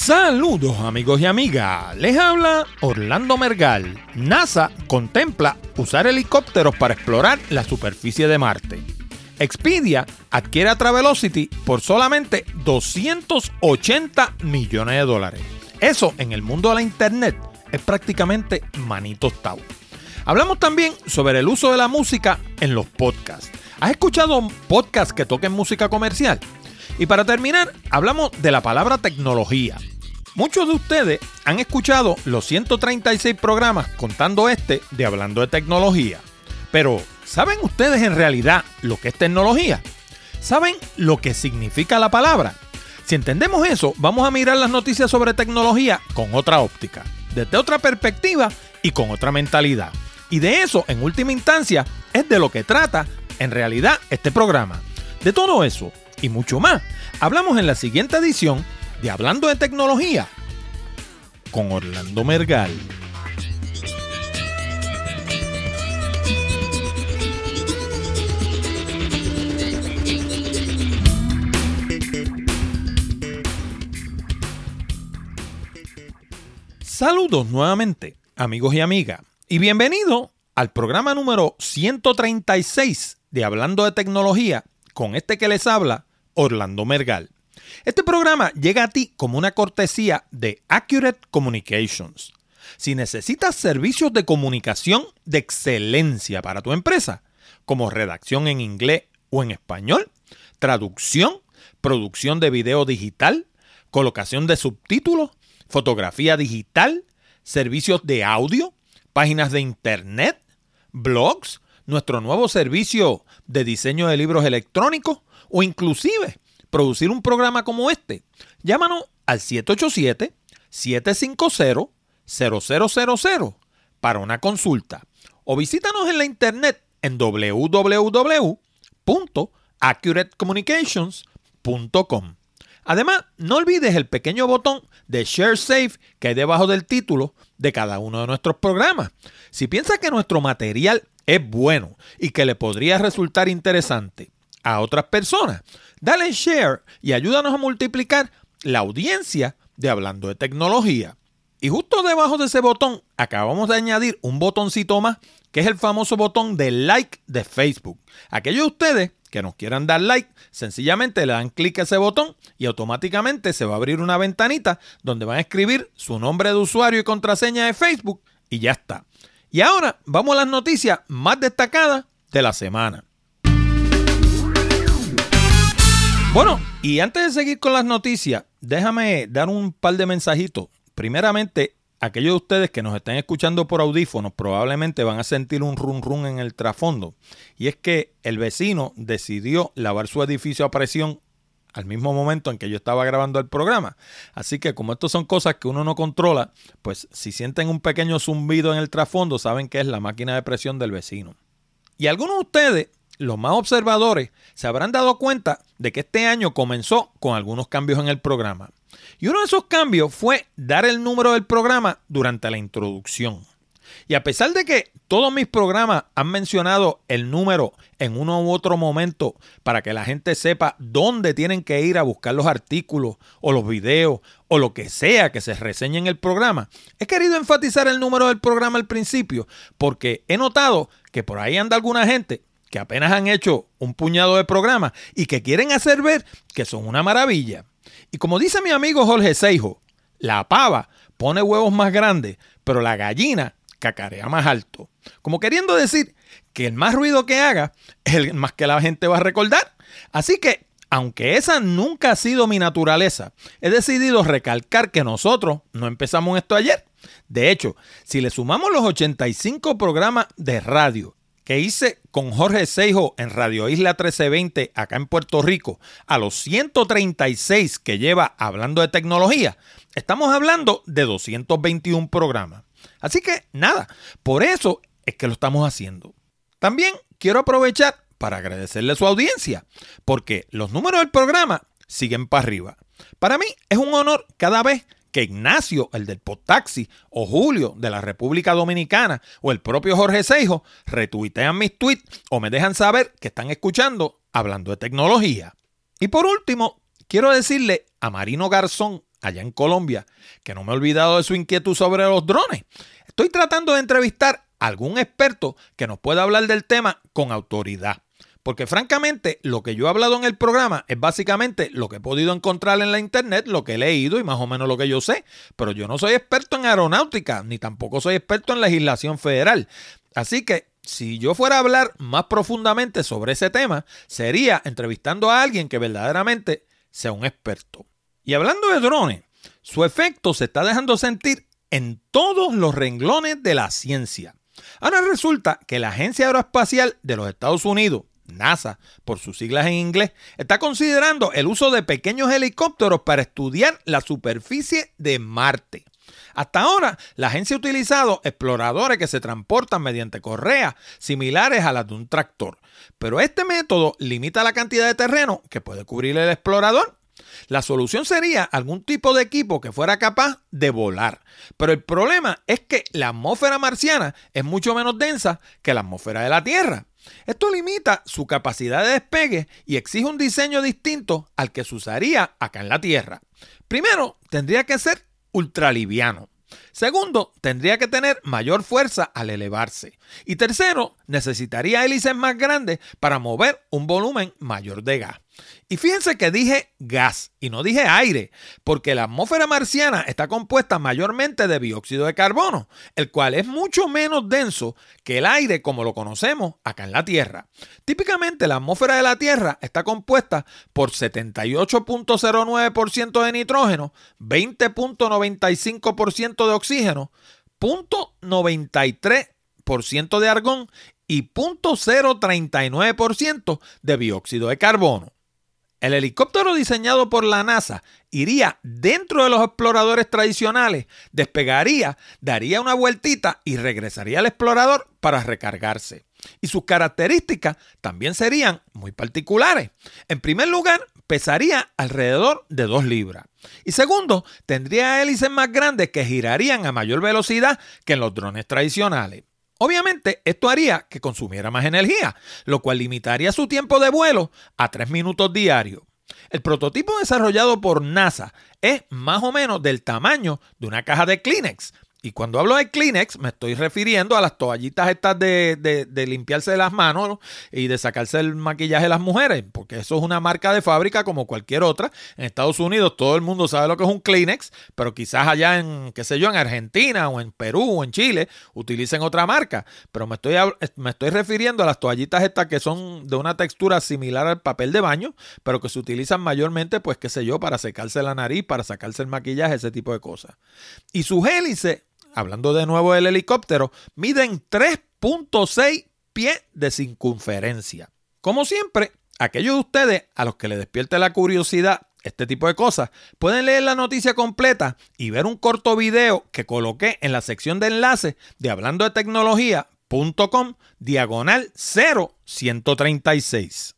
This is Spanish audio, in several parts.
Saludos amigos y amigas, les habla Orlando Mergal. NASA contempla usar helicópteros para explorar la superficie de Marte. Expedia adquiere a Travelocity por solamente $280 millones. Eso en el mundo de la internet es prácticamente maní tostado. Hablamos también sobre el uso de la música en los podcasts. ¿Has escuchado podcasts que toquen música comercial? Y para terminar, hablamos de la palabra tecnología. Muchos de ustedes han escuchado los 136 programas contando de Hablando de Tecnología. Pero, ¿saben ustedes en realidad lo que es tecnología? ¿Saben lo que significa la palabra? Si entendemos eso, vamos a mirar las noticias sobre tecnología con otra óptica, desde otra perspectiva y con otra mentalidad. Y de eso, en última instancia, es de lo que trata en realidad este programa. De todo eso y mucho más, hablamos en la siguiente edición de Hablando de Tecnología con Orlando Mergal. Saludos nuevamente, amigos y amigas, y bienvenidos al programa número 136 de Hablando de Tecnología con que les habla, Orlando Mergal. Este programa llega a ti como una cortesía de Accurate Communications. Si necesitas servicios de comunicación de excelencia para tu empresa, como redacción en inglés o en español, traducción, producción de video digital, colocación de subtítulos, fotografía digital, servicios de audio, páginas de internet, blogs, nuestro nuevo servicio de diseño de libros electrónicos o inclusive producir un programa como llámanos al 787-750-0000 para una consulta o visítanos en la internet en www.accuratecommunications.com. Además, no olvides el pequeño botón de Share Save que hay debajo del título de cada uno de nuestros programas. Si piensas que nuestro material es bueno y que le podría resultar interesante a otras personas, dale share y ayúdanos a multiplicar la audiencia de Hablando de Tecnología. Y justo debajo de ese botón acabamos de añadir un botoncito más, que es el famoso botón de like de Facebook. Aquellos de ustedes que nos quieran dar like, sencillamente le dan clic a ese botón y automáticamente se va a abrir una ventanita donde van a escribir su nombre de usuario y contraseña de Facebook y ya está. Y ahora vamos a las noticias más destacadas de la semana. Bueno, y antes de seguir con las noticias, déjame dar un par de mensajitos. Primeramente, aquellos de ustedes que nos estén escuchando por audífonos probablemente van a sentir un rum rum en el trasfondo. Y es que el vecino decidió lavar su edificio a presión al mismo momento en que yo estaba grabando el programa. Así que como estas son cosas que uno no controla, pues si sienten un pequeño zumbido en el trasfondo, saben que es la máquina de presión del vecino. Y algunos de ustedes, los más observadores, se habrán dado cuenta de que este año comenzó con algunos cambios en el programa. Y uno de esos cambios fue dar el número del programa durante la introducción. Y a pesar de que todos mis programas han mencionado el número en uno u otro momento para que la gente sepa dónde tienen que ir a buscar los artículos o los videos o lo que sea que se reseñe en el programa, he querido enfatizar el número del programa al principio porque he notado que por ahí anda alguna gente que apenas han hecho un puñado de programas y que quieren hacer ver que son una maravilla. Y como dice mi amigo Jorge Seijo, la pava pone huevos más grandes, pero la gallina cacarea más alto. Como queriendo decir que el más ruido que haga es el más que la gente va a recordar. Así que, aunque esa nunca ha sido mi naturaleza, he decidido recalcar que nosotros no empezamos esto ayer. De hecho, si le sumamos los 85 programas de radio que hice con Jorge Seijo en Radio Isla 1320 acá en Puerto Rico, a los 136 que lleva Hablando de Tecnología, estamos hablando de 221 programas. Así que nada, por eso es que lo estamos haciendo. También quiero aprovechar para agradecerle su audiencia, porque los números del programa siguen para arriba. Para mí es un honor cada vez que Ignacio, el del Podtaxi, o Julio, de la República Dominicana, o el propio Jorge Seijo, retuitean mis tweets o me dejan saber que están escuchando Hablando de Tecnología. Y por último, quiero decirle a Marino Garzón, allá en Colombia, que no me he olvidado de su inquietud sobre los drones. Estoy tratando de entrevistar a algún experto que nos pueda hablar del tema con autoridad. Porque francamente, lo que yo he hablado en el programa es básicamente lo que he podido encontrar en la internet, lo que he leído y más o menos lo que yo sé. Pero yo no soy experto en aeronáutica, ni tampoco soy experto en legislación federal. Así que si yo fuera a hablar más profundamente sobre ese tema, sería entrevistando a alguien que verdaderamente sea un experto. Y hablando de drones, su efecto se está dejando sentir en todos los renglones de la ciencia. Ahora resulta que la Agencia Aeroespacial de los Estados Unidos, NASA, por sus siglas en inglés, está considerando el uso de pequeños helicópteros para estudiar la superficie de Marte. Hasta ahora, la agencia ha utilizado exploradores que se transportan mediante correas similares a las de un tractor, pero este método limita la cantidad de terreno que puede cubrir el explorador. La solución sería algún tipo de equipo que fuera capaz de volar, pero el problema es que la atmósfera marciana es mucho menos densa que la atmósfera de la Tierra. Esto limita su capacidad de despegue y exige un diseño distinto al que se usaría acá en la Tierra. Primero, tendría que ser ultraliviano. Segundo, tendría que tener mayor fuerza al elevarse. Y tercero, necesitaría hélices más grandes para mover un volumen mayor de gas. Y fíjense que dije gas y no dije aire, porque la atmósfera marciana está compuesta mayormente de dióxido de carbono, el cual es mucho menos denso que el aire como lo conocemos acá en la Tierra. Típicamente la atmósfera de la Tierra está compuesta por 78.09% de nitrógeno, 20.95% de oxígeno, 0.93% de argón y 0.039% de dióxido de carbono. El helicóptero diseñado por la NASA iría dentro de los exploradores tradicionales, despegaría, daría una vueltita y regresaría al explorador para recargarse. Y sus características también serían muy particulares. En primer lugar, pesaría alrededor de 2 libras. Y segundo, tendría hélices más grandes que girarían a mayor velocidad que en los drones tradicionales. Obviamente, esto haría que consumiera más energía, lo cual limitaría su tiempo de vuelo a 3 minutos diarios. El prototipo desarrollado por NASA es más o menos del tamaño de una caja de Kleenex. Y cuando hablo de Kleenex, me estoy refiriendo a las toallitas estas de limpiarse las manos, ¿no? Y de sacarse el maquillaje de las mujeres, porque eso es una marca de fábrica como cualquier otra. En Estados Unidos todo el mundo sabe lo que es un Kleenex, pero quizás allá en, qué sé yo, en Argentina o en Perú o en Chile utilicen otra marca. Pero me estoy refiriendo a las toallitas estas que son de una textura similar al papel de baño, pero que se utilizan mayormente, pues qué sé yo, para secarse la nariz, para sacarse el maquillaje, ese tipo de cosas. Y sus hélices, hablando de nuevo del helicóptero, miden 3.6 pies de circunferencia. Como siempre, aquellos de ustedes a los que les despierte la curiosidad este tipo de cosas, pueden leer la noticia completa y ver un corto video que coloqué en la sección de enlaces de hablandodetecnología.com/0136.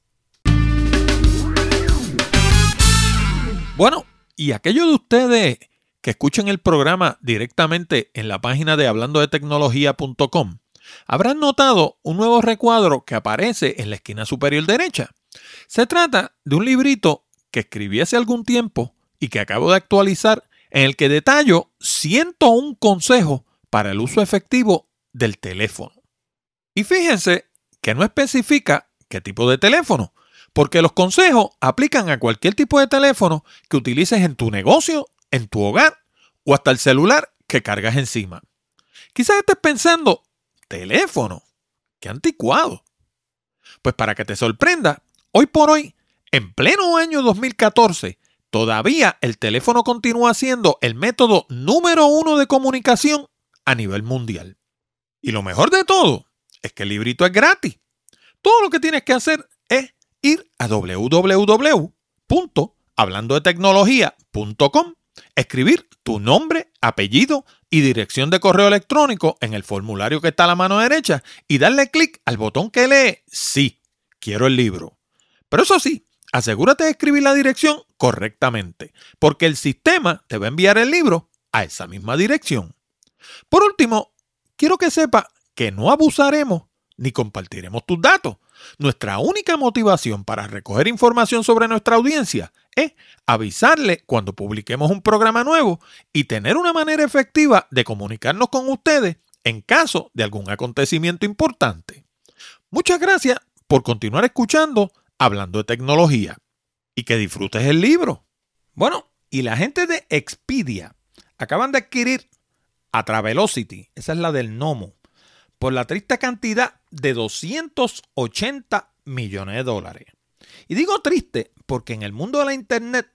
Bueno, y aquellos de ustedes que escuchen el programa directamente en la página de hablandodetecnología.com, habrán notado un nuevo recuadro que aparece en la esquina superior derecha. Se trata de un librito que escribí hace algún tiempo y que acabo de actualizar, en el que detallo 101 consejos para el uso efectivo del teléfono. Y fíjense que no especifica qué tipo de teléfono, porque los consejos aplican a cualquier tipo de teléfono que utilices en tu negocio, en tu hogar o hasta el celular que cargas encima. Quizás estés pensando, teléfono, qué anticuado. Pues para que te sorprenda, hoy por hoy, en pleno año 2014, todavía el teléfono continúa siendo el método número 1 de comunicación a nivel mundial. Y lo mejor de todo es que el librito es gratis. Todo lo que tienes que hacer es ir a www.hablandodetecnología.com, escribir tu nombre, apellido y dirección de correo electrónico en el formulario que está a la mano derecha y darle clic al botón que lee sí, quiero el libro. Pero eso sí, asegúrate de escribir la dirección correctamente, porque el sistema te va a enviar el libro a esa misma dirección. Por último, quiero que sepa que no abusaremos ni compartiremos tus datos, Nuestra única motivación para recoger información sobre nuestra audiencia es avisarle cuando publiquemos un programa nuevo y tener una manera efectiva de comunicarnos con ustedes en caso de algún acontecimiento importante. Muchas gracias por continuar escuchando Hablando de Tecnología y que disfrutes el libro. Bueno, y la gente de Expedia acaban de adquirir a Travelocity, esa es la del Nomo, por la triste cantidad de $280 millones. Y digo triste porque en el mundo de la internet,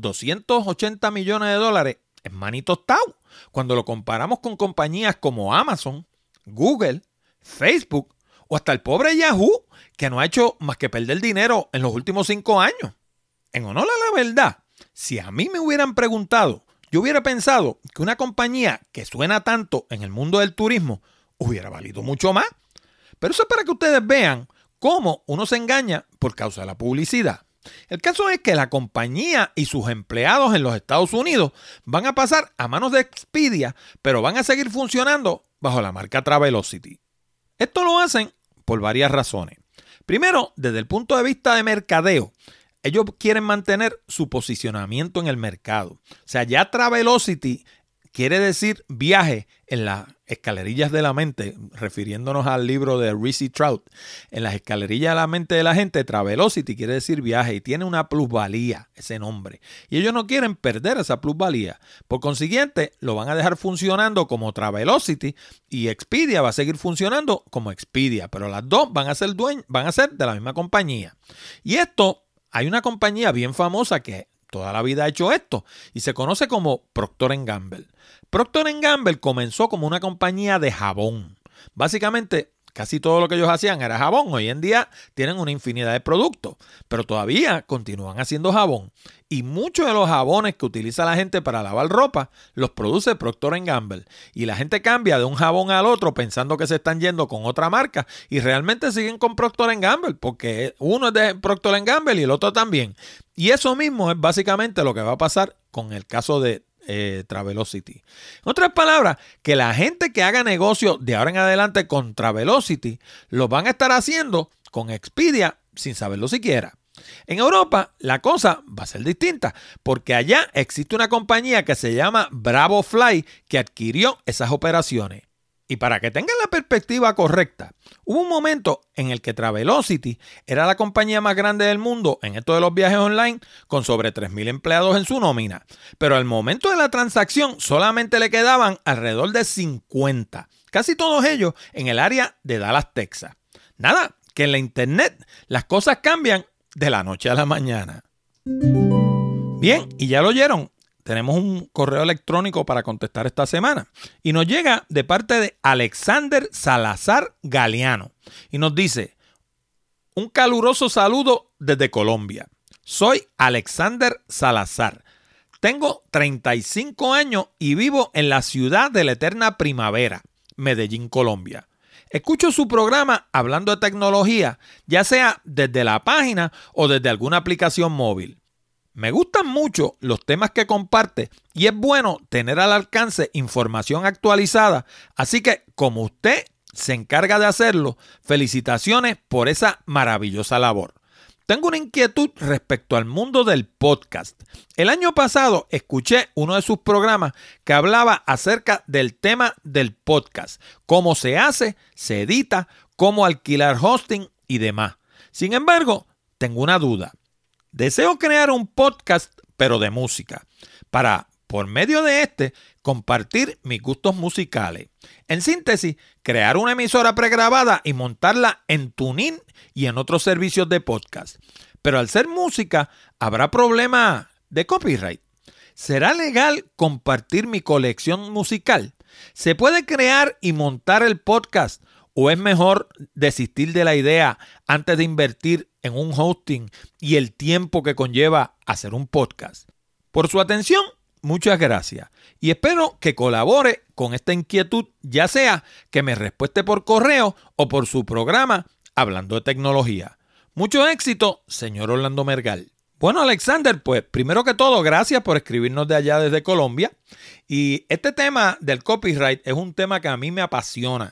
$280 millones es manito tostado cuando lo comparamos con compañías como Amazon, Google, Facebook o hasta el pobre Yahoo, que no ha hecho más que perder dinero en los últimos 5 años. En honor a la verdad, si a mí me hubieran preguntado, yo hubiera pensado que una compañía que suena tanto en el mundo del turismo hubiera valido mucho más. Pero eso es para que ustedes vean cómo uno se engaña por causa de la publicidad. El caso es que la compañía y sus empleados en los Estados Unidos van a pasar a manos de Expedia, pero van a seguir funcionando bajo la marca Travelocity. Esto lo hacen por varias razones. Primero, desde el punto de vista de mercadeo, ellos quieren mantener su posicionamiento en el mercado. O sea, ya Travelocity quiere decir viaje en las escalerillas de la mente, refiriéndonos al libro de Rishi Trout. En las escalerillas de la mente de la gente, Travelocity quiere decir viaje y tiene una plusvalía, ese nombre. Y ellos no quieren perder esa plusvalía. Por consiguiente, lo van a dejar funcionando como Travelocity y Expedia va a seguir funcionando como Expedia. Pero las dos van a ser de la misma compañía. Y esto, hay una compañía bien famosa que toda la vida ha hecho esto y se conoce como Procter & Gamble. Procter & Gamble comenzó como una compañía de jabón. Básicamente, casi todo lo que ellos hacían era jabón. Hoy en día tienen una infinidad de productos, pero todavía continúan haciendo jabón. Y muchos de los jabones que utiliza la gente para lavar ropa los produce Procter & Gamble. Y la gente cambia de un jabón al otro pensando que se están yendo con otra marca y realmente siguen con Procter & Gamble porque uno es de Procter & Gamble y el otro también. Y eso mismo es básicamente lo que va a pasar con el caso de Travelocity. En otras palabras, que la gente que haga negocio de ahora en adelante con Travelocity lo van a estar haciendo con Expedia sin saberlo siquiera. En Europa la cosa va a ser distinta porque allá existe una compañía que se llama Bravo Fly que adquirió esas operaciones. Y para que tengan la perspectiva correcta, hubo un momento en el que Travelocity era la compañía más grande del mundo en esto de los viajes online con sobre 3,000 empleados en su nómina. Pero al momento de la transacción solamente le quedaban alrededor de 50, casi todos ellos en el área de Dallas, Texas. Nada, que en la internet las cosas cambian de la noche a la mañana. Bien, y ya lo oyeron. Tenemos un correo electrónico para contestar esta semana y nos llega de parte de Alexander Salazar Galeano y nos dice: un caluroso saludo desde Colombia. Soy Alexander Salazar. Tengo 35 años y vivo en la ciudad de la eterna primavera, Medellín, Colombia. Escucho su programa Hablando de Tecnología, ya sea desde la página o desde alguna aplicación móvil. Me gustan mucho los temas que comparte y es bueno tener al alcance información actualizada, así que como usted se encarga de hacerlo, felicitaciones por esa maravillosa labor. Tengo una inquietud respecto al mundo del podcast. El año pasado escuché uno de sus programas que hablaba acerca del tema del podcast, cómo se hace, se edita, cómo alquilar hosting y demás. Sin embargo, tengo una duda. Deseo crear un podcast, pero de música, para, por medio de compartir mis gustos musicales. En síntesis, crear una emisora pregrabada y montarla en TuneIn y en otros servicios de podcast. Pero al ser música, ¿habrá problema de copyright? ¿Será legal compartir mi colección musical? ¿Se puede crear y montar el podcast? ¿O es mejor desistir de la idea antes de invertir en un hosting y el tiempo que conlleva hacer un podcast? Por su atención, muchas gracias. Y espero que colabore con esta inquietud, ya sea que me respueste por correo o por su programa Hablando de Tecnología. Mucho éxito, señor Orlando Mergal. Bueno, Alexander, pues primero que todo, gracias por escribirnos de allá desde Colombia. Y este tema del copyright es un tema que a mí me apasiona.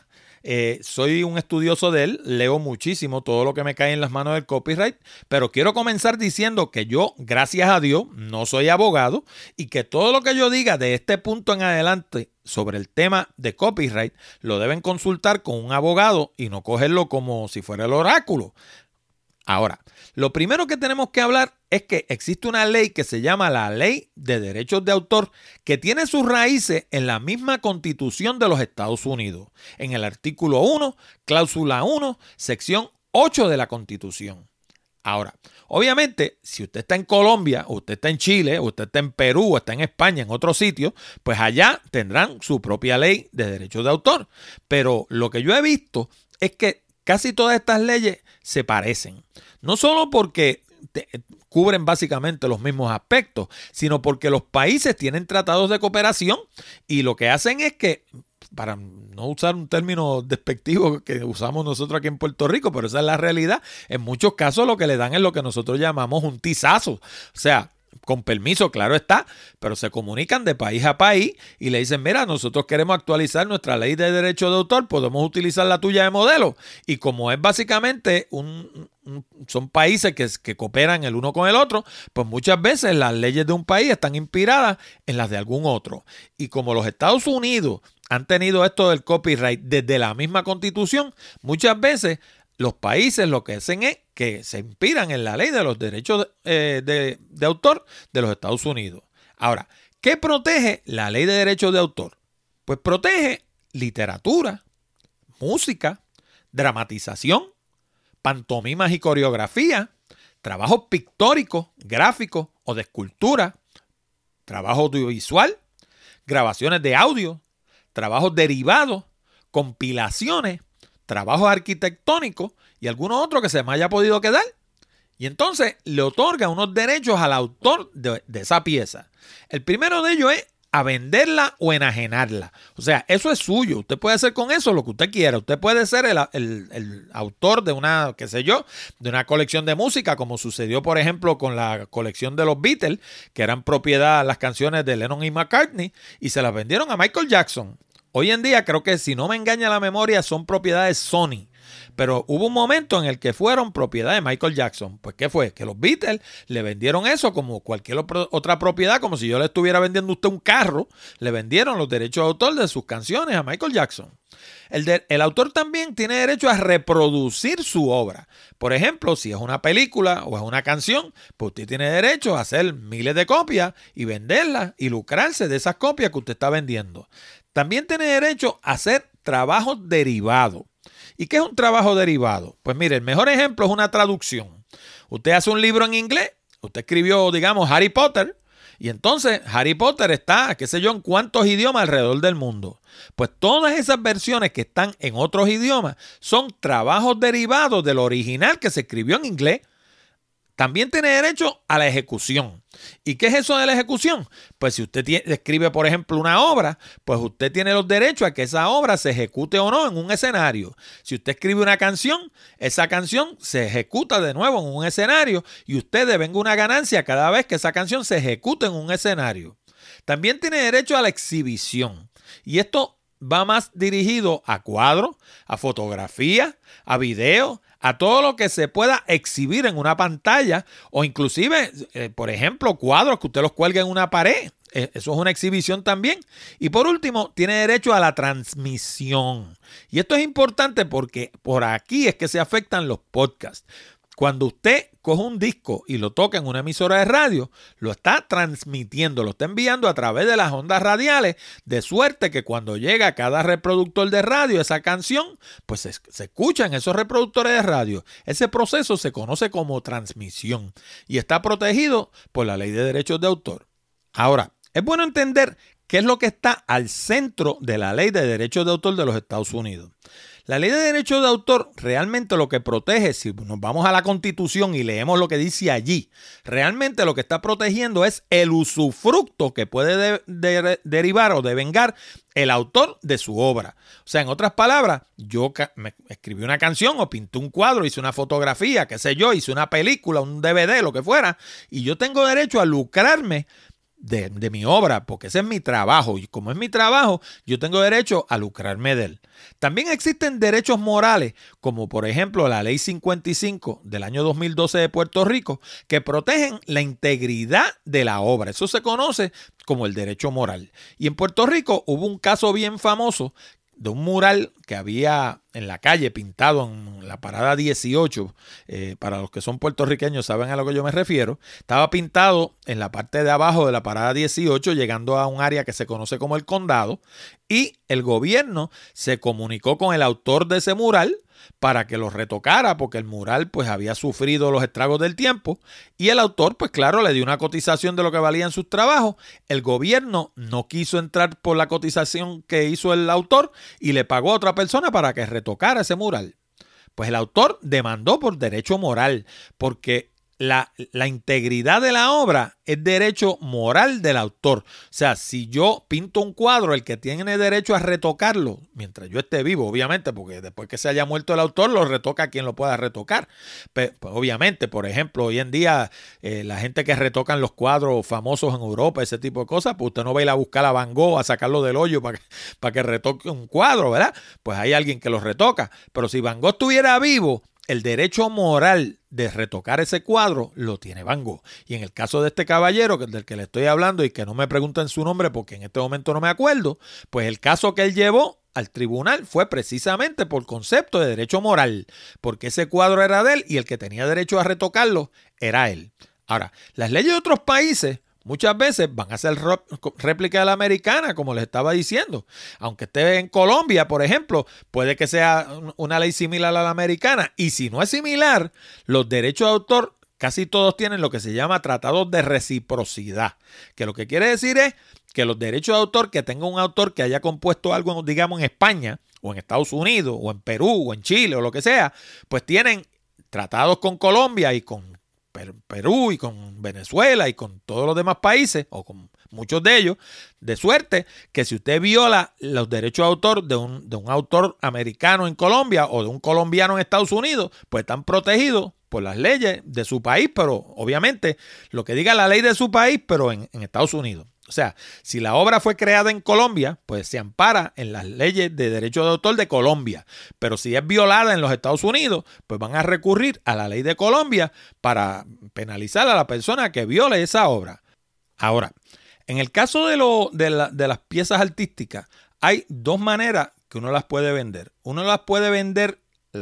Soy un estudioso de él, leo muchísimo todo lo que me cae en las manos del copyright, pero quiero comenzar diciendo que yo, gracias a Dios, no soy abogado y que todo lo que yo diga de este punto en adelante sobre el tema de copyright lo deben consultar con un abogado y no cogerlo como si fuera el oráculo. Ahora, lo primero que tenemos que hablar es que existe una ley que se llama la Ley de Derechos de Autor, que tiene sus raíces en la misma Constitución de los Estados Unidos, en el artículo 1, cláusula 1, sección 8 de la Constitución. Ahora, obviamente, si usted está en Colombia, o usted está en Chile, o usted está en Perú, o está en España, en otro sitio, pues allá tendrán su propia ley de derechos de autor. Pero lo que yo he visto es que casi todas estas leyes se parecen. No solo porque cubren básicamente los mismos aspectos, sino porque los países tienen tratados de cooperación y lo que hacen es que, para no usar un término despectivo que usamos nosotros aquí en Puerto Rico, pero esa es la realidad, en muchos casos lo que le dan es lo que nosotros llamamos un tizazo. O sea, con permiso, claro está, pero se comunican de país a país y le dicen, mira, nosotros queremos actualizar nuestra ley de derecho de autor, podemos utilizar la tuya de modelo. Y como es básicamente son países que cooperan el uno con el otro, pues muchas veces las leyes de un país están inspiradas en las de algún otro. Y como los Estados Unidos han tenido esto del copyright desde la misma Constitución, muchas veces los países lo que hacen es que se inspiran en la ley de los derechos de autor de los Estados Unidos. Ahora, ¿qué protege la ley de derechos de autor? Pues protege literatura, música, dramatización, pantomimas y coreografía, trabajos pictóricos, gráficos o de escultura, trabajo audiovisual, grabaciones de audio, trabajos derivados, compilaciones, trabajos arquitectónicos y algunos otros que se me haya podido quedar. Y entonces le otorga unos derechos al autor de esa pieza. El primero de ellos es a venderla o enajenarla. O sea, eso es suyo. Usted puede hacer con eso lo que usted quiera. Usted puede ser el autor de una, qué sé yo, de una colección de música, como sucedió, por ejemplo, con la colección de los Beatles, que eran propiedad las canciones de Lennon y McCartney, y se las vendieron a Michael Jackson. Hoy en día creo que, si no me engaña la memoria, son propiedades Sony. Pero hubo un momento en el que fueron propiedad de Michael Jackson. Pues ¿qué fue? Que los Beatles le vendieron eso como cualquier otra propiedad, como si yo le estuviera vendiendo a usted un carro. Le vendieron los derechos de autor de sus canciones a Michael Jackson. El autor también tiene derecho a reproducir su obra. Por ejemplo, si es una película o es una canción, pues usted tiene derecho a hacer miles de copias y venderlas y lucrarse de esas copias que usted está vendiendo. También tiene derecho a hacer trabajos derivados. ¿Y qué es un trabajo derivado? Pues mire, el mejor ejemplo es una traducción. Usted hace un libro en inglés, usted escribió, digamos, Harry Potter, y entonces Harry Potter está, qué sé yo, en cuántos idiomas alrededor del mundo. Pues todas esas versiones que están en otros idiomas son trabajos derivados del original que se escribió en inglés. También tiene derecho a la ejecución. ¿Y qué es eso de la ejecución? Pues si usted escribe, por ejemplo, una obra, pues usted tiene los derechos a que esa obra se ejecute o no en un escenario. Si usted escribe una canción, esa canción se ejecuta de nuevo en un escenario y usted devenga una ganancia cada vez que esa canción se ejecute en un escenario. También tiene derecho a la exhibición. Y esto va más dirigido a cuadros, a fotografía, a video, a todo lo que se pueda exhibir en una pantalla o inclusive, por ejemplo, cuadros que usted los cuelga en una pared. Eso es una exhibición también. Y por último, tiene derecho a la transmisión. Y esto es importante porque por aquí es que se afectan los podcasts. Cuando usted coge un disco y lo toca en una emisora de radio, lo está transmitiendo, lo está enviando a través de las ondas radiales, de suerte que cuando llega a cada reproductor de radio esa canción, pues se escucha en esos reproductores de radio. Ese proceso se conoce como transmisión y está protegido por la Ley de Derechos de Autor. Ahora, es bueno entender qué es lo que está al centro de la Ley de Derechos de Autor de los Estados Unidos. La Ley de Derechos de Autor realmente lo que protege, si nos vamos a la Constitución y leemos lo que dice allí, realmente lo que está protegiendo es el usufructo que puede derivar o devengar el autor de su obra. O sea, en otras palabras, yo me escribí una canción o pinté un cuadro, hice una fotografía, qué sé yo, hice una película, un DVD, lo que fuera, y yo tengo derecho a lucrarme de mi obra, porque ese es mi trabajo. Y como es mi trabajo, yo tengo derecho a lucrarme de él. También existen derechos morales, como por ejemplo la Ley 55 del año 2012 de Puerto Rico, que protegen la integridad de la obra. Eso se conoce como el derecho moral. Y en Puerto Rico hubo un caso bien famoso de un mural que había en la calle pintado en la parada 18, para los que son puertorriqueños saben a lo que yo me refiero. Estaba pintado en la parte de abajo de la parada 18, llegando a un área que se conoce como el Condado, y el gobierno se comunicó con el autor de ese mural para que lo retocara, porque el mural pues había sufrido los estragos del tiempo, y el autor pues claro le dio una cotización de lo que valían sus trabajos. El gobierno no quiso entrar por la cotización que hizo el autor y le pagó a otra persona para que retocara ese mural. Pues el autor demandó por derecho moral, porque la integridad de la obra es derecho moral del autor. O sea, si yo pinto un cuadro, el que tiene derecho a retocarlo, mientras yo esté vivo, obviamente, porque después que se haya muerto el autor, lo retoca quien lo pueda retocar. Pues, obviamente, por ejemplo, hoy en día, la gente que retocan los cuadros famosos en Europa, ese tipo de cosas, pues usted no va a ir a buscar a Van Gogh, a sacarlo del hoyo para que retoque un cuadro, ¿verdad? Pues hay alguien que lo retoca. Pero si Van Gogh estuviera vivo, el derecho moral de retocar ese cuadro lo tiene Van Gogh. Y en el caso de este caballero del que le estoy hablando y que no me pregunten su nombre porque en este momento no me acuerdo, pues el caso que él llevó al tribunal fue precisamente por concepto de derecho moral, porque ese cuadro era de él y el que tenía derecho a retocarlo era él. Ahora, las leyes de otros países muchas veces van a ser réplica de la americana, como les estaba diciendo. Aunque esté en Colombia, por ejemplo, puede que sea una ley similar a la americana. Y si no es similar, los derechos de autor casi todos tienen lo que se llama tratados de reciprocidad. Que lo que quiere decir es que los derechos de autor que tenga un autor que haya compuesto algo, digamos, en España, o en Estados Unidos, o en Perú, o en Chile, o lo que sea, pues tienen tratados con Colombia y con Perú y con Venezuela y con todos los demás países, o con muchos de ellos, de suerte que si usted viola los derechos de autor de un autor americano en Colombia o de un colombiano en Estados Unidos, pues están protegidos por las leyes de su país, pero obviamente lo que diga la ley de su país, pero en Estados Unidos. O sea, si la obra fue creada en Colombia, pues se ampara en las leyes de derecho de autor de Colombia. Pero si es violada en los Estados Unidos, pues van a recurrir a la ley de Colombia para penalizar a la persona que viole esa obra. Ahora, en el caso de las piezas artísticas, hay dos maneras que uno las puede vender. Uno las puede vender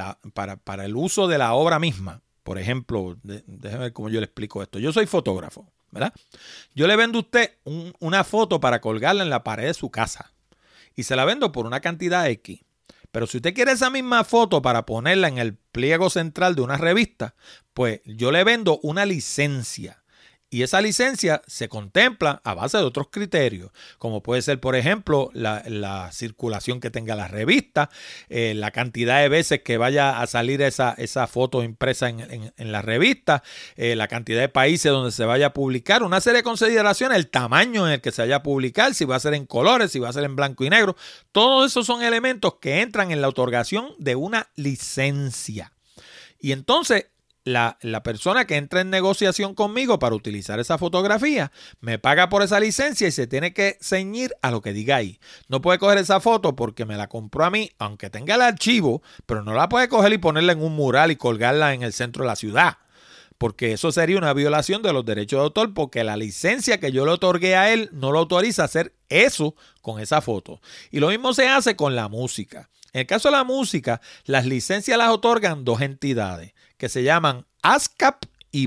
para el uso de la obra misma. Por ejemplo, déjeme ver cómo yo le explico esto. Yo soy fotógrafo, ¿verdad? Yo le vendo a usted una foto para colgarla en la pared de su casa y se la vendo por una cantidad X. Pero si usted quiere esa misma foto para ponerla en el pliego central de una revista, pues yo le vendo una licencia. Y esa licencia se contempla a base de otros criterios, como puede ser, por ejemplo, la circulación que tenga la revista, la cantidad de veces que vaya a salir esa foto impresa en la revista, la cantidad de países donde se vaya a publicar, una serie de consideraciones, el tamaño en el que se vaya a publicar, si va a ser en colores, si va a ser en blanco y negro. Todos esos son elementos que entran en la otorgación de una licencia. Y entonces la persona que entra en negociación conmigo para utilizar esa fotografía me paga por esa licencia y se tiene que ceñir a lo que diga ahí. No puede coger esa foto porque me la compró a mí, aunque tenga el archivo, pero no la puede coger y ponerla en un mural y colgarla en el centro de la ciudad, porque eso sería una violación de los derechos de autor, porque la licencia que yo le otorgué a él no lo autoriza a hacer eso con esa foto. Y lo mismo se hace con la música. En el caso de la música, las licencias las otorgan dos entidades que se llaman ASCAP y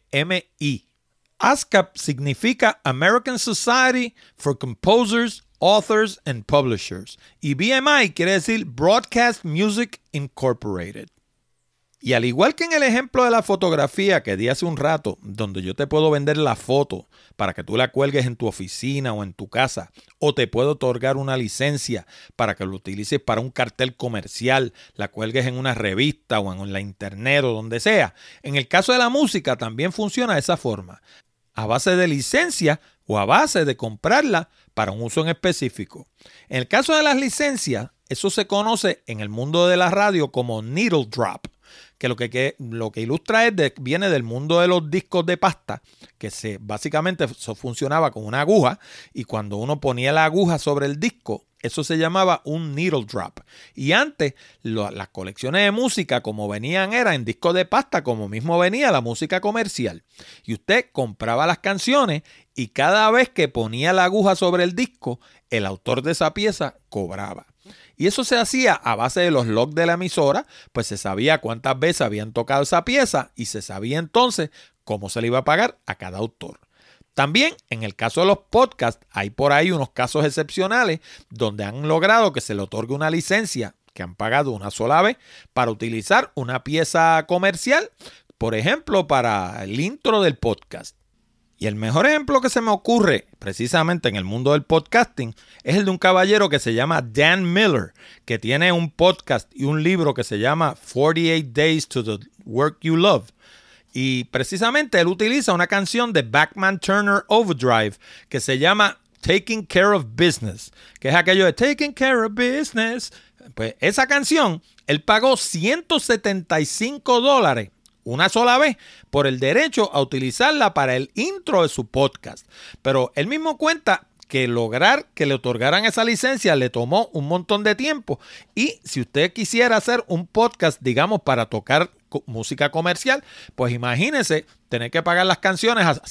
BMI. ASCAP significa American Society for Composers, Authors and Publishers. Y BMI quiere decir Broadcast Music Incorporated. Y al igual que en el ejemplo de la fotografía que di hace un rato, donde yo te puedo vender la foto para que tú la cuelgues en tu oficina o en tu casa, o te puedo otorgar una licencia para que lo utilices para un cartel comercial, la cuelgues en una revista o en la internet o donde sea. En el caso de la música también funciona de esa forma, a base de licencia o a base de comprarla para un uso en específico. En el caso de las licencias, eso se conoce en el mundo de la radio como needle drop, que lo que ilustra viene del mundo de los discos de pasta, que básicamente eso funcionaba con una aguja, y cuando uno ponía la aguja sobre el disco, eso se llamaba un needle drop. Y antes, las colecciones de música, como venían, eran en discos de pasta, como mismo venía la música comercial. Y usted compraba las canciones y cada vez que ponía la aguja sobre el disco, el autor de esa pieza cobraba. Y eso se hacía a base de los logs de la emisora, pues se sabía cuántas veces habían tocado esa pieza y se sabía entonces cómo se le iba a pagar a cada autor. También en el caso de los podcasts hay por ahí unos casos excepcionales donde han logrado que se le otorgue una licencia que han pagado una sola vez para utilizar una pieza comercial, por ejemplo, para el intro del podcast. Y el mejor ejemplo que se me ocurre precisamente en el mundo del podcasting es el de un caballero que se llama Dan Miller, que tiene un podcast y un libro que se llama 48 Days to the Work You Love. Y precisamente él utiliza una canción de Bachman Turner Overdrive que se llama Taking Care of Business, que es aquello de Taking Care of Business. Pues esa canción, él pagó $175 una sola vez por el derecho a utilizarla para el intro de su podcast. Pero él mismo cuenta que lograr que le otorgaran esa licencia le tomó un montón de tiempo. Y si usted quisiera hacer un podcast, digamos, para tocar música comercial, pues imagínese tener que pagar las canciones a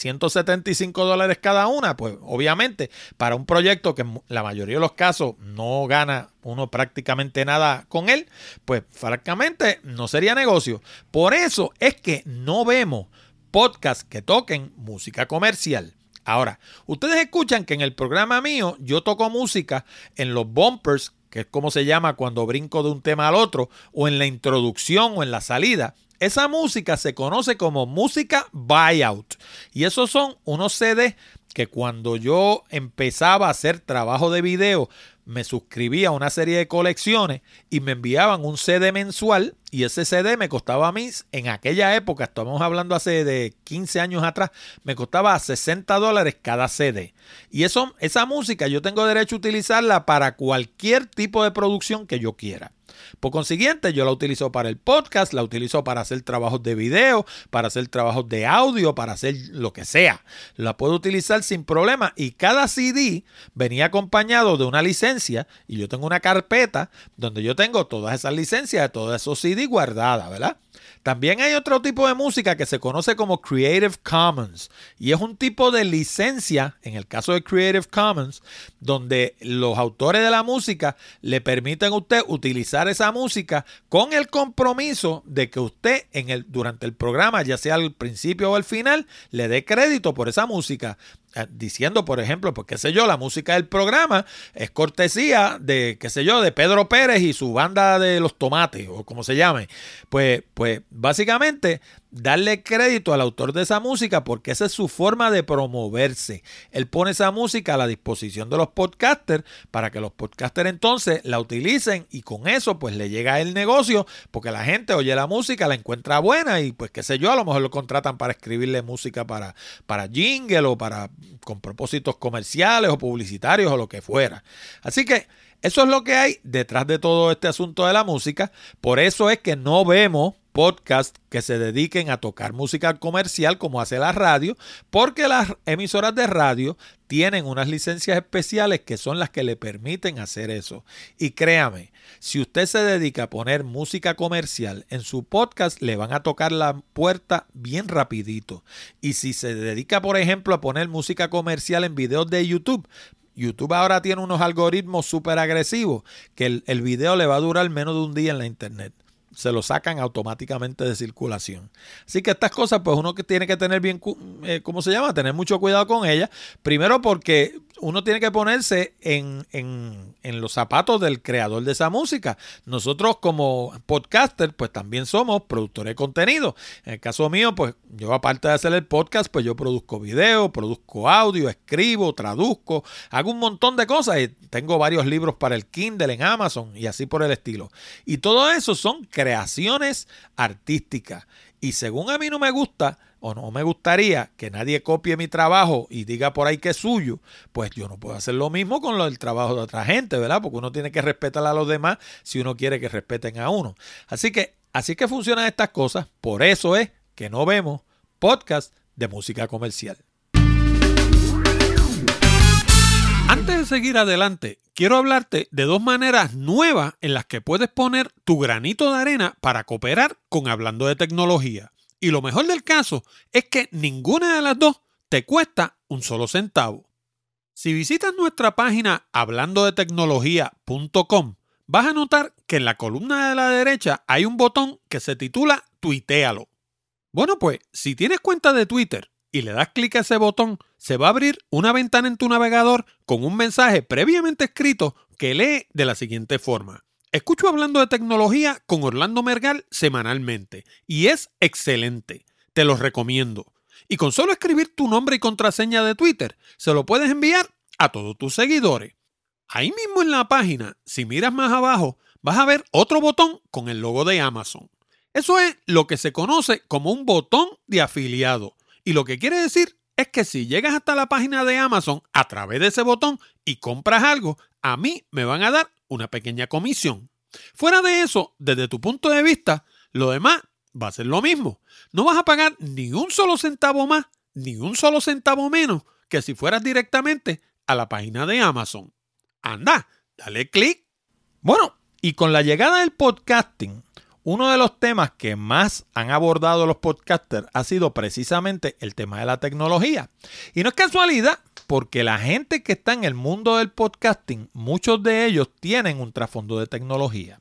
$175 cada una. Pues obviamente para un proyecto que en la mayoría de los casos no gana uno prácticamente nada con él, pues francamente no sería negocio. Por eso es que no vemos podcasts que toquen música comercial. Ahora, ustedes escuchan que en el programa mío yo toco música en los bumpers, que es como se llama cuando brinco de un tema al otro, o en la introducción o en la salida. Esa música se conoce como música buyout. Y esos son unos CDs que cuando yo empezaba a hacer trabajo de video, me suscribía a una serie de colecciones y me enviaban un CD mensual, y ese CD me costaba a mí, en aquella época, estamos hablando hace de 15 años atrás, me costaba $60 cada CD. Y esa música yo tengo derecho a utilizarla para cualquier tipo de producción que yo quiera. Por consiguiente, yo la utilizo para el podcast, la utilizo para hacer trabajos de video, para hacer trabajos de audio, para hacer lo que sea. La puedo utilizar sin problema, y cada CD venía acompañado de una licencia, y yo tengo una carpeta donde yo tengo todas esas licencias de todos esos CD guardadas, ¿verdad? También hay otro tipo de música que se conoce como Creative Commons, y es un tipo de licencia, en el caso de Creative Commons, donde los autores de la música le permiten a usted utilizar esa música con el compromiso de que usted durante el programa, ya sea al principio o al final, le dé crédito por esa música. Diciendo, por ejemplo, pues qué sé yo, la música del programa es cortesía de, qué sé yo, de Pedro Pérez y su banda de los tomates, o como se llame. Pues básicamente darle crédito al autor de esa música, porque esa es su forma de promoverse. Él pone esa música a la disposición de los podcasters para que los podcasters entonces la utilicen, y con eso pues le llega el negocio, porque la gente oye la música, la encuentra buena, y pues qué sé yo, a lo mejor lo contratan para escribirle música para jingle o con propósitos comerciales o publicitarios o lo que fuera. Así que eso es lo que hay detrás de todo este asunto de la música. Por eso es que no vemos podcasts que se dediquen a tocar música comercial como hace la radio, porque las emisoras de radio tienen unas licencias especiales que son las que le permiten hacer eso. Y créame, si usted se dedica a poner música comercial en su podcast, le van a tocar la puerta bien rapidito. Y si se dedica, por ejemplo, a poner música comercial en videos de YouTube ahora tiene unos algoritmos súper agresivos que el video le va a durar menos de un día en la internet. Se lo sacan automáticamente de circulación. Así que estas cosas, pues uno que tiene que tener bien, ¿cómo se llama? Tener mucho cuidado con ellas. Primero porque uno tiene que ponerse en los zapatos del creador de esa música. Nosotros como podcaster, pues también somos productores de contenido. En el caso mío, pues yo aparte de hacer el podcast, pues yo produzco video, produzco audio, escribo, traduzco, hago un montón de cosas. Y tengo varios libros para el Kindle en Amazon y así por el estilo. Y todo eso son creaciones artísticas. Y según a mí no me gusta o no me gustaría que nadie copie mi trabajo y diga por ahí que es suyo, pues yo no puedo hacer lo mismo con el trabajo de otra gente, ¿verdad? Porque uno tiene que respetar a los demás si uno quiere que respeten a uno. Así que Así que funcionan estas cosas. Por eso es que no vemos podcast de música comercial. Antes de seguir adelante, quiero hablarte de dos maneras nuevas en las que puedes poner tu granito de arena para cooperar con Hablando de Tecnología. Y lo mejor del caso es que ninguna de las dos te cuesta un solo centavo. Si visitas nuestra página hablandodetecnología.com, vas a notar que en la columna de la derecha hay un botón que se titula Tuitéalo. Bueno, pues si tienes cuenta de Twitter y le das clic a ese botón, se va a abrir una ventana en tu navegador con un mensaje previamente escrito que lee de la siguiente forma. Escucho Hablando de Tecnología con Orlando Mergal semanalmente y es excelente. Te lo recomiendo. Y con solo escribir tu nombre y contraseña de Twitter, se lo puedes enviar a todos tus seguidores. Ahí mismo en la página, si miras más abajo, vas a ver otro botón con el logo de Amazon. Eso es lo que se conoce como un botón de afiliado. Y lo que quiere decir es que si llegas hasta la página de Amazon a través de ese botón y compras algo, a mí me van a dar una pequeña comisión. Fuera de eso, desde tu punto de vista, lo demás va a ser lo mismo. No vas a pagar ni un solo centavo más, ni un solo centavo menos que si fueras directamente a la página de Amazon. Anda, dale clic. Bueno, y con la llegada del podcasting, uno de los temas que más han abordado los podcasters ha sido precisamente el tema de la tecnología. Y no es casualidad, porque la gente que está en el mundo del podcasting, muchos de ellos tienen un trasfondo de tecnología.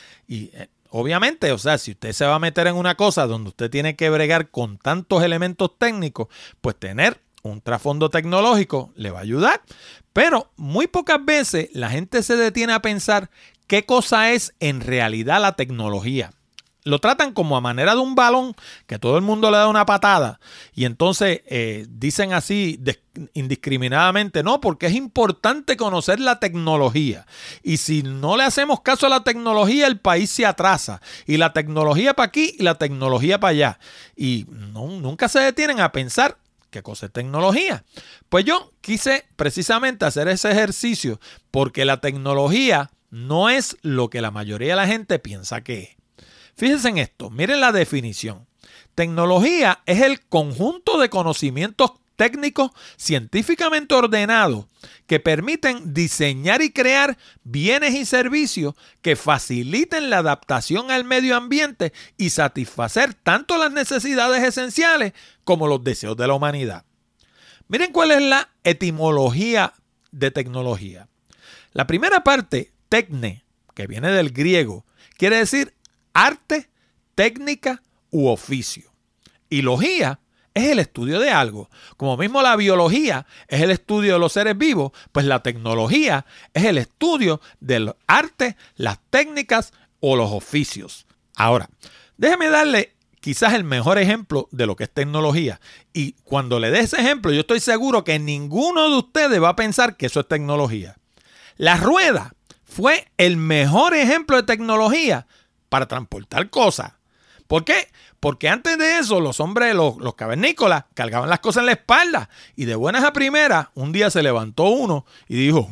Y obviamente, o sea, si usted se va a meter en una cosa donde usted tiene que bregar con tantos elementos técnicos, pues tener un trasfondo tecnológico le va a ayudar. Pero muy pocas veces la gente se detiene a pensar qué cosa es en realidad la tecnología. Lo tratan como a manera de un balón que todo el mundo le da una patada y entonces dicen así indiscriminadamente, no, porque es importante conocer la tecnología y si no le hacemos caso a la tecnología el país se atrasa y la tecnología para aquí y la tecnología para allá y nunca se detienen a pensar qué cosa es tecnología. Pues yo quise precisamente hacer ese ejercicio porque la tecnología no es lo que la mayoría de la gente piensa que es. Fíjense en esto, miren la definición. Tecnología es el conjunto de conocimientos técnicos científicamente ordenados que permiten diseñar y crear bienes y servicios que faciliten la adaptación al medio ambiente y satisfacer tanto las necesidades esenciales como los deseos de la humanidad. Miren cuál es la etimología de tecnología. La primera parte, tecne, que viene del griego, quiere decir arte, técnica u oficio. Y logía es el estudio de algo. Como mismo la biología es el estudio de los seres vivos, pues la tecnología es el estudio del arte, las técnicas o los oficios. Ahora, déjeme darle quizás el mejor ejemplo de lo que es tecnología. Y cuando le dé ese ejemplo, yo estoy seguro que ninguno de ustedes va a pensar que eso es tecnología. La rueda fue el mejor ejemplo de tecnología para transportar cosas. ¿Por qué? Porque antes de eso los hombres, los cavernícolas, cargaban las cosas en la espalda y de buenas a primeras un día se levantó uno y dijo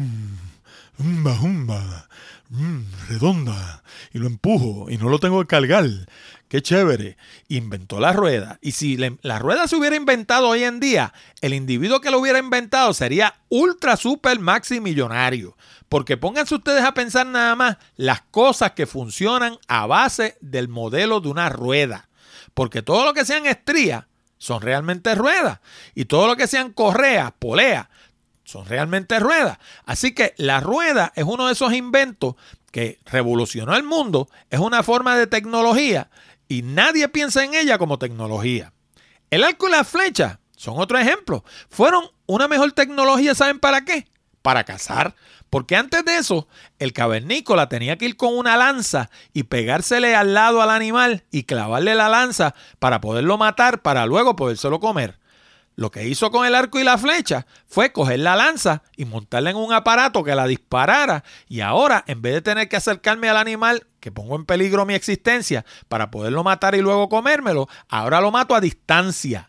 redonda y lo empujo y no lo tengo que cargar. ¡Qué chévere! Inventó la rueda. Y si la rueda se hubiera inventado hoy en día, el individuo que lo hubiera inventado sería ultra, super, maxi millonario. Porque pónganse ustedes a pensar nada más las cosas que funcionan a base del modelo de una rueda. Porque todo lo que sean estrías son realmente ruedas. Y todo lo que sean correas, poleas, son realmente ruedas. Así que la rueda es uno de esos inventos que revolucionó el mundo. Es una forma de tecnología y nadie piensa en ella como tecnología. El arco y la flecha son otro ejemplo. Fueron una mejor tecnología, ¿saben para qué? Para cazar. Porque antes de eso, el cavernícola tenía que ir con una lanza y pegársele al lado al animal y clavarle la lanza para poderlo matar, para luego podérselo comer. Lo que hizo con el arco y la flecha fue coger la lanza y montarla en un aparato que la disparara y ahora, en vez de tener que acercarme al animal, que pongo en peligro mi existencia para poderlo matar y luego comérmelo, ahora lo mato a distancia.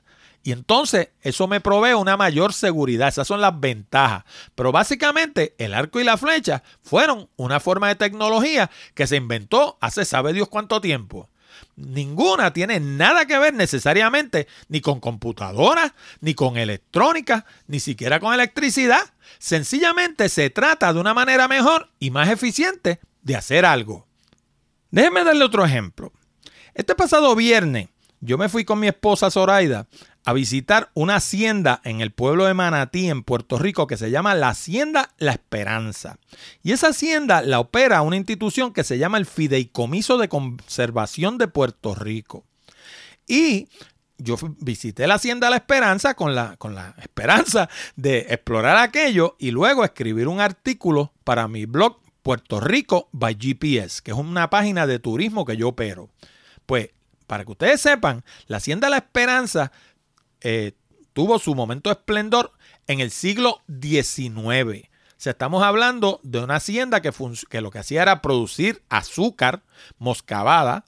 Y entonces eso me provee una mayor seguridad. Esas son las ventajas. Pero básicamente el arco y la flecha fueron una forma de tecnología que se inventó hace sabe Dios cuánto tiempo. Ninguna tiene nada que ver necesariamente ni con computadoras, ni con electrónica, ni siquiera con electricidad. Sencillamente se trata de una manera mejor y más eficiente de hacer algo. Déjeme darle otro ejemplo. Este pasado viernes yo me fui con mi esposa Zoraida a visitar una hacienda en el pueblo de Manatí, en Puerto Rico, que se llama la Hacienda La Esperanza. Y esa hacienda la opera una institución que se llama el Fideicomiso de Conservación de Puerto Rico. Y yo visité la Hacienda La Esperanza con la esperanza de explorar aquello y luego escribir un artículo para mi blog Puerto Rico by GPS, que es una página de turismo que yo opero. Pues, para que ustedes sepan, la Hacienda La Esperanza tuvo su momento de esplendor en el siglo XIX. O sea, estamos hablando de una hacienda que lo que hacía era producir azúcar moscabada,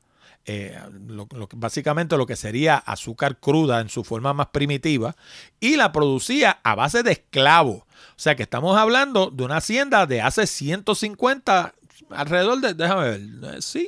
básicamente lo que sería azúcar cruda en su forma más primitiva, y la producía a base de esclavos. O sea, que estamos hablando de una hacienda de hace 150, alrededor de, déjame ver, sí,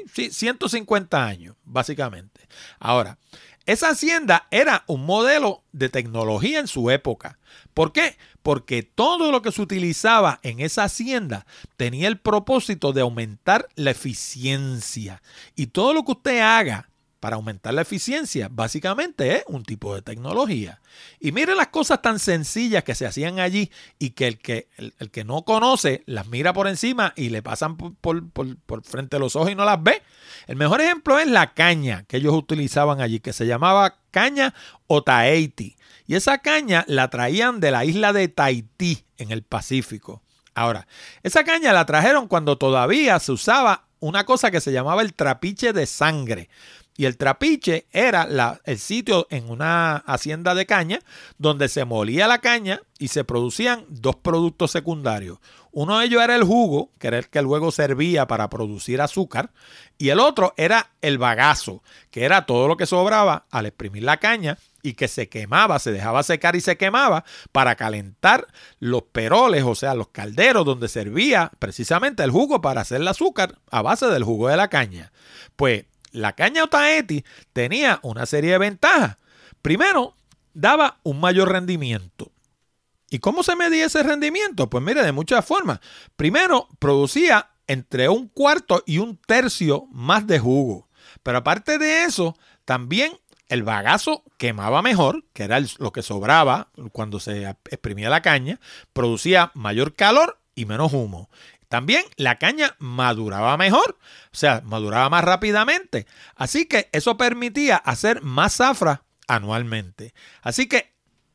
150 años, básicamente. Ahora, esa hacienda era un modelo de tecnología en su época. ¿Por qué? Porque todo lo que se utilizaba en esa hacienda tenía el propósito de aumentar la eficiencia. Y todo lo que usted haga para aumentar la eficiencia, básicamente es un tipo de tecnología. Y mire las cosas tan sencillas que se hacían allí y que el que no conoce las mira por encima y le pasan por frente a los ojos y no las ve. El mejor ejemplo es la caña que ellos utilizaban allí, que se llamaba caña Otaheite. Y esa caña la traían de la isla de Tahití, en el Pacífico. Ahora, esa caña la trajeron cuando todavía se usaba una cosa que se llamaba el trapiche de sangre. Y el trapiche era el sitio en una hacienda de caña donde se molía la caña y se producían dos productos secundarios. Uno de ellos era el jugo, que era el que luego servía para producir azúcar, y el otro era el bagazo, que era todo lo que sobraba al exprimir la caña y que se quemaba, se dejaba secar y se quemaba para calentar los peroles, o sea, los calderos donde servía precisamente el jugo para hacer el azúcar a base del jugo de la caña. Pues la caña Otaheite tenía una serie de ventajas. Primero, daba un mayor rendimiento. ¿Y cómo se medía ese rendimiento? Pues mire, de muchas formas. Primero, producía entre 1/4 y 1/3 más de jugo. Pero aparte de eso, también el bagazo quemaba mejor, que era lo que sobraba cuando se exprimía la caña, producía mayor calor y menos humo. También la caña maduraba mejor, o sea, maduraba más rápidamente. Así que eso permitía hacer más zafra anualmente. Así que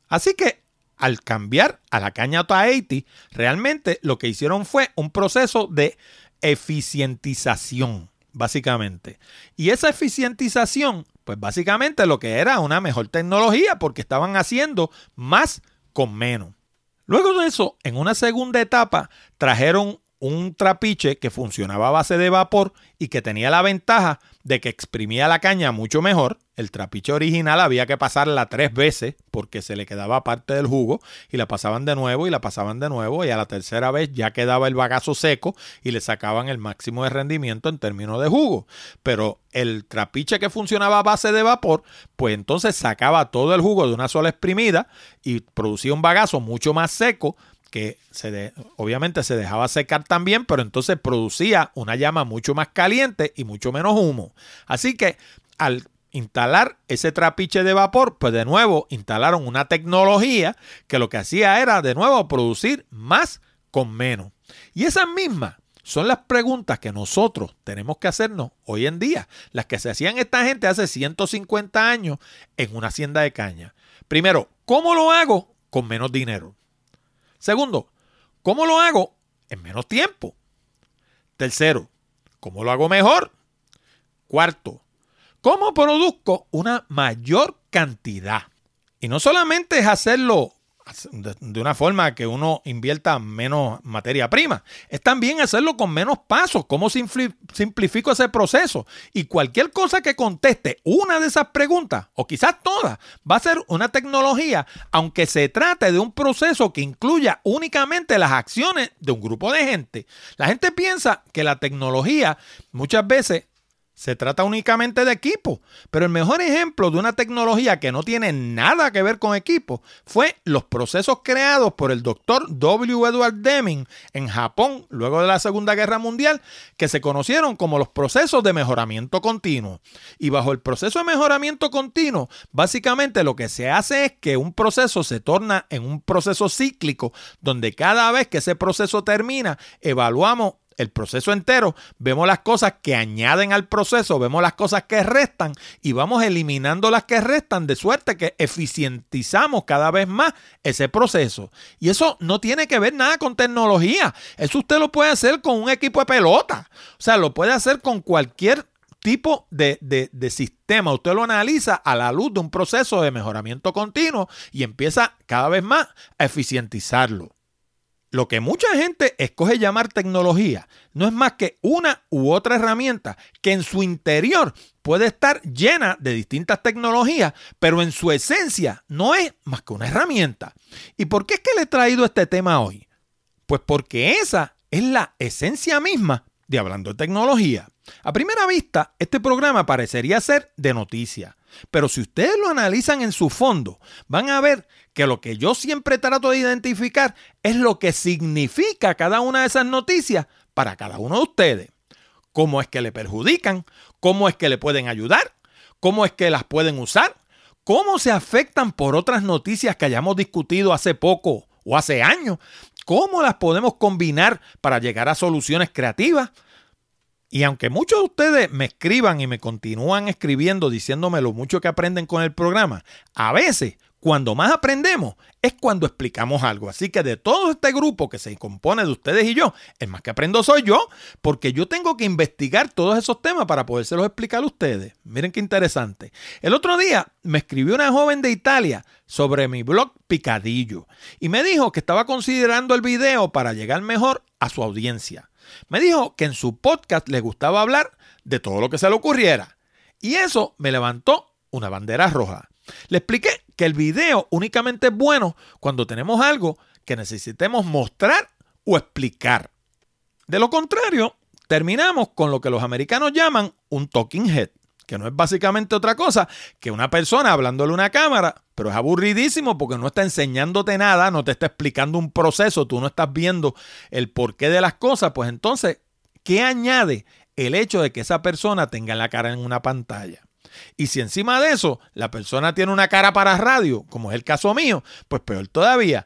al cambiar a la caña Otaheite, realmente lo que hicieron fue un proceso de eficientización, básicamente. Y esa eficientización, pues básicamente lo que era una mejor tecnología, porque estaban haciendo más con menos. Luego de eso, en una segunda etapa, trajeron un trapiche que funcionaba a base de vapor y que tenía la ventaja de que exprimía la caña mucho mejor. El trapiche original había que pasarla 3 veces porque se le quedaba parte del jugo y la pasaban de nuevo y la pasaban de nuevo y a la tercera vez ya quedaba el bagazo seco y le sacaban el máximo de rendimiento en términos de jugo. Pero el trapiche que funcionaba a base de vapor, pues entonces sacaba todo el jugo de una sola exprimida y producía un bagazo mucho más seco que obviamente se dejaba secar también, pero entonces producía una llama mucho más caliente y mucho menos humo. Así que al instalar ese trapiche de vapor, pues de nuevo instalaron una tecnología que lo que hacía era de nuevo producir más con menos. Y esas mismas son las preguntas que nosotros tenemos que hacernos hoy en día, las que se hacían esta gente hace 150 años en una hacienda de caña. Primero, ¿cómo lo hago con menos dinero? Segundo, ¿cómo lo hago en menos tiempo? Tercero, ¿cómo lo hago mejor? Cuarto, ¿cómo produzco una mayor cantidad? Y no solamente es hacerlo de una forma que uno invierta menos materia prima. Es también hacerlo con menos pasos. ¿Cómo simplifico ese proceso? Y cualquier cosa que conteste una de esas preguntas, o quizás todas, va a ser una tecnología, aunque se trate de un proceso que incluya únicamente las acciones de un grupo de gente. La gente piensa que la tecnología muchas veces se trata únicamente de equipo, pero el mejor ejemplo de una tecnología que no tiene nada que ver con equipo fue los procesos creados por el doctor W. Edward Deming en Japón luego de la Segunda Guerra Mundial, que se conocieron como los procesos de mejoramiento continuo. Y bajo el proceso de mejoramiento continuo, básicamente lo que se hace es que un proceso se torna en un proceso cíclico, donde cada vez que ese proceso termina, evaluamos el proceso entero, vemos las cosas que añaden al proceso, vemos las cosas que restan y vamos eliminando las que restan, de suerte que eficientizamos cada vez más ese proceso. Y eso no tiene que ver nada con tecnología. Eso usted lo puede hacer con un equipo de pelota. O sea, lo puede hacer con cualquier tipo de sistema. Usted lo analiza a la luz de un proceso de mejoramiento continuo y empieza cada vez más a eficientizarlo. Lo que mucha gente escoge llamar tecnología no es más que una u otra herramienta que en su interior puede estar llena de distintas tecnologías, pero en su esencia no es más que una herramienta. ¿Y por qué es que le he traído este tema hoy? Pues porque esa es la esencia misma de Hablando de Tecnología. A primera vista, este programa parecería ser de noticias, pero si ustedes lo analizan en su fondo, van a ver que lo que yo siempre trato de identificar es lo que significa cada una de esas noticias para cada uno de ustedes. Cómo es que le perjudican, cómo es que le pueden ayudar, cómo es que las pueden usar, cómo se afectan por otras noticias que hayamos discutido hace poco o hace años, cómo las podemos combinar para llegar a soluciones creativas. Y aunque muchos de ustedes me escriban y me continúan escribiendo diciéndome lo mucho que aprenden con el programa, a veces cuando más aprendemos es cuando explicamos algo. Así que de todo este grupo que se compone de ustedes y yo, el más que aprendo soy yo, porque yo tengo que investigar todos esos temas para podérselos explicar a ustedes. Miren qué interesante. El otro día me escribió una joven de Italia sobre mi blog Picadillo y me dijo que estaba considerando el video para llegar mejor a su audiencia. Me dijo que en su podcast le gustaba hablar de todo lo que se le ocurriera. Y eso me levantó una bandera roja. Le expliqué que el video únicamente es bueno cuando tenemos algo que necesitemos mostrar o explicar. De lo contrario, terminamos con lo que los americanos llaman un talking head, que no es básicamente otra cosa que una persona hablándole a una cámara, pero es aburridísimo porque no está enseñándote nada, no te está explicando un proceso, tú no estás viendo el porqué de las cosas. Pues entonces, ¿qué añade el hecho de que esa persona tenga la cara en una pantalla? Y si encima de eso la persona tiene una cara para radio, como es el caso mío, pues peor todavía.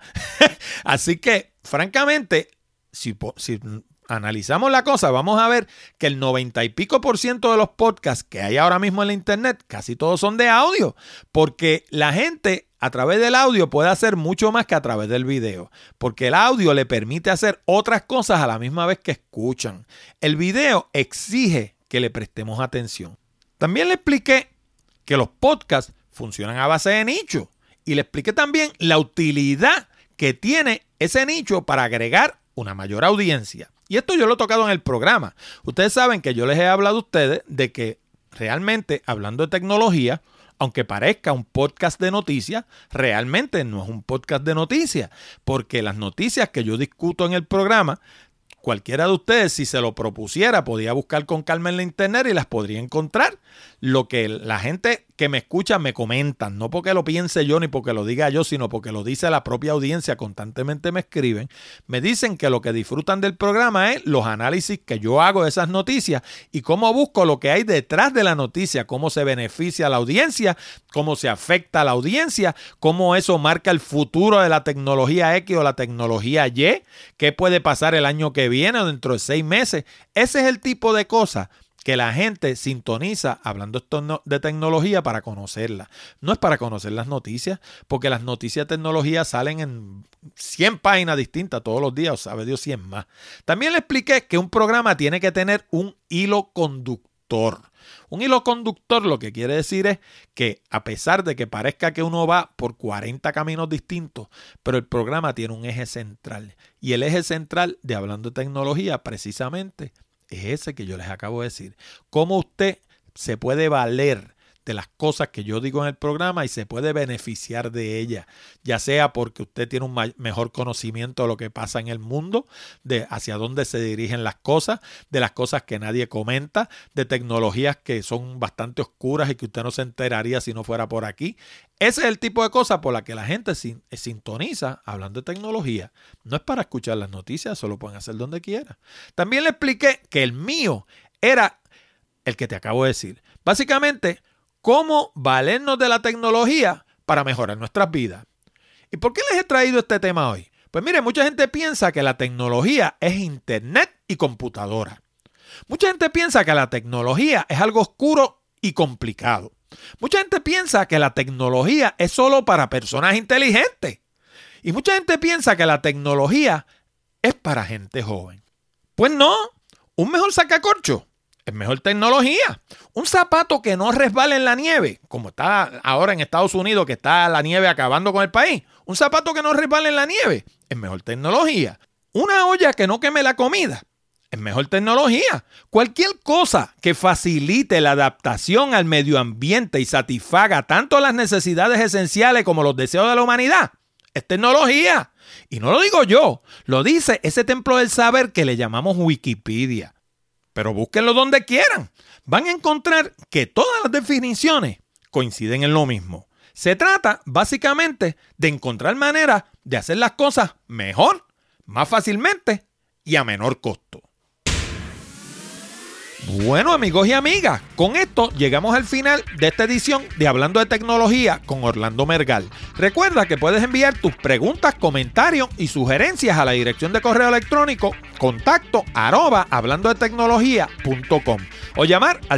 Así que, francamente, si analizamos la cosa, vamos a ver que el 90 y pico % de los podcasts que hay ahora mismo en la internet, casi todos son de audio, porque la gente a través del audio puede hacer mucho más que a través del video, porque el audio le permite hacer otras cosas a la misma vez que escuchan. El video exige que le prestemos atención. También le expliqué que los podcasts funcionan a base de nicho y le expliqué también la utilidad que tiene ese nicho para agregar una mayor audiencia. Y esto yo lo he tocado en el programa. Ustedes saben que yo les he hablado a ustedes de que realmente, hablando de tecnología, aunque parezca un podcast de noticias, realmente no es un podcast de noticias, porque las noticias que yo discuto en el programa, cualquiera de ustedes, si se lo propusiera, podía buscar con calma en la internet y las podría encontrar. Lo que la gente que me escucha me comentan, no porque lo piense yo ni porque lo diga yo, sino porque lo dice la propia audiencia, constantemente me escriben, me dicen que lo que disfrutan del programa es los análisis que yo hago de esas noticias y cómo busco lo que hay detrás de la noticia, cómo se beneficia a la audiencia, cómo se afecta a la audiencia, cómo eso marca el futuro de la tecnología X o la tecnología Y, qué puede pasar el año que viene o dentro de 6 meses. Ese es el tipo de cosas que la gente sintoniza hablando de tecnología para conocerla. No es para conocer las noticias, porque las noticias de tecnología salen en 100 páginas distintas todos los días, o sabe Dios 100 más. También le expliqué que un programa tiene que tener un hilo conductor. Un hilo conductor lo que quiere decir es que a pesar de que parezca que uno va por 40 caminos distintos, pero el programa tiene un eje central. Y el eje central de Hablando de Tecnología precisamente es ese que yo les acabo de decir. Cómo usted se puede valer de las cosas que yo digo en el programa y se puede beneficiar de ellas, ya sea porque usted tiene un mejor conocimiento de lo que pasa en el mundo, de hacia dónde se dirigen las cosas, de las cosas que nadie comenta, de tecnologías que son bastante oscuras y que usted no se enteraría si no fuera por aquí. Ese es el tipo de cosas por las que la gente sintoniza Hablando de Tecnología. No es para escuchar las noticias, eso lo pueden hacer donde quiera. También le expliqué que el mío era el que te acabo de decir. Básicamente, cómo valernos de la tecnología para mejorar nuestras vidas. ¿Y por qué les he traído este tema hoy? Pues mire, mucha gente piensa que la tecnología es internet y computadora. Mucha gente piensa que la tecnología es algo oscuro y complicado. Mucha gente piensa que la tecnología es solo para personas inteligentes. Y mucha gente piensa que la tecnología es para gente joven. Pues no, un mejor sacacorcho es mejor tecnología. Un zapato que no resbale en la nieve, como está ahora en Estados Unidos, que está la nieve acabando con el país. Un zapato que no resbale en la nieve es mejor tecnología. Una olla que no queme la comida es mejor tecnología. Cualquier cosa que facilite la adaptación al medio ambiente y satisfaga tanto las necesidades esenciales como los deseos de la humanidad es tecnología. Y no lo digo yo, lo dice ese templo del saber que le llamamos Wikipedia. Pero búsquenlo donde quieran. Van a encontrar que todas las definiciones coinciden en lo mismo. Se trata básicamente de encontrar maneras de hacer las cosas mejor, más fácilmente y a menor costo. Bueno, amigos y amigas, con esto llegamos al final de esta edición de Hablando de Tecnología con Orlando Mergal. Recuerda que puedes enviar tus preguntas, comentarios y sugerencias a la dirección de correo electrónico contacto@hablandodetecnologia.com o llamar al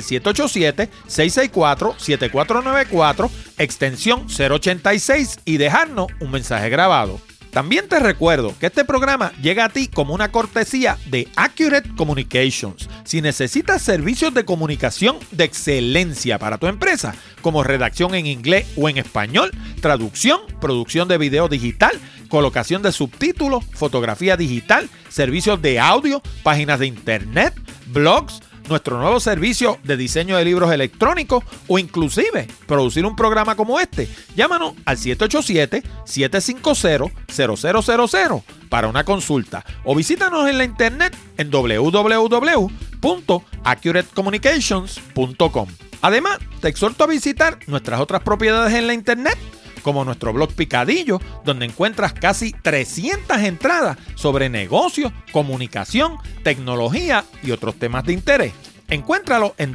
787-664-7494, extensión 086 y dejarnos un mensaje grabado. También te recuerdo que este programa llega a ti como una cortesía de Accurate Communications. Si necesitas servicios de comunicación de excelencia para tu empresa, como redacción en inglés o en español, traducción, producción de video digital, colocación de subtítulos, fotografía digital, servicios de audio, páginas de internet, blogs, nuestro nuevo servicio de diseño de libros electrónicos o inclusive producir un programa como este, llámanos al 787-750-0000 para una consulta o visítanos en la internet en www.accuratecommunications.com. Además, te exhorto a visitar nuestras otras propiedades en la internet, como nuestro blog Picadillo, donde encuentras casi 300 entradas sobre negocios, comunicación, tecnología y otros temas de interés. Encuéntralo en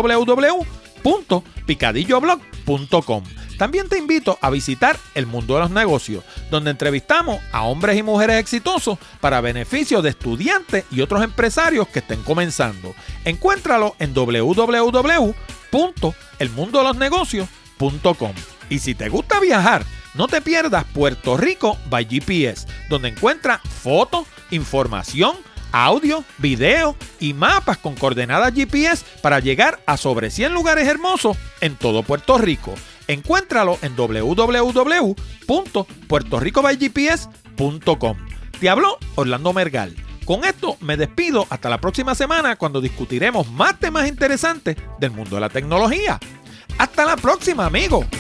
www.picadilloblog.com. También te invito a visitar El Mundo de los Negocios, donde entrevistamos a hombres y mujeres exitosos para beneficio de estudiantes y otros empresarios que estén comenzando. Encuéntralo en www.elmundodelosnegocios.com. Y si te gusta viajar, no te pierdas Puerto Rico by GPS, donde encuentras fotos, información, audio, video y mapas con coordenadas GPS para llegar a sobre 100 lugares hermosos en todo Puerto Rico. Encuéntralo en www.puertoricobygps.com. Te habló Orlando Mergal. Con esto me despido hasta la próxima semana cuando discutiremos más temas interesantes del mundo de la tecnología. ¡Hasta la próxima, amigos!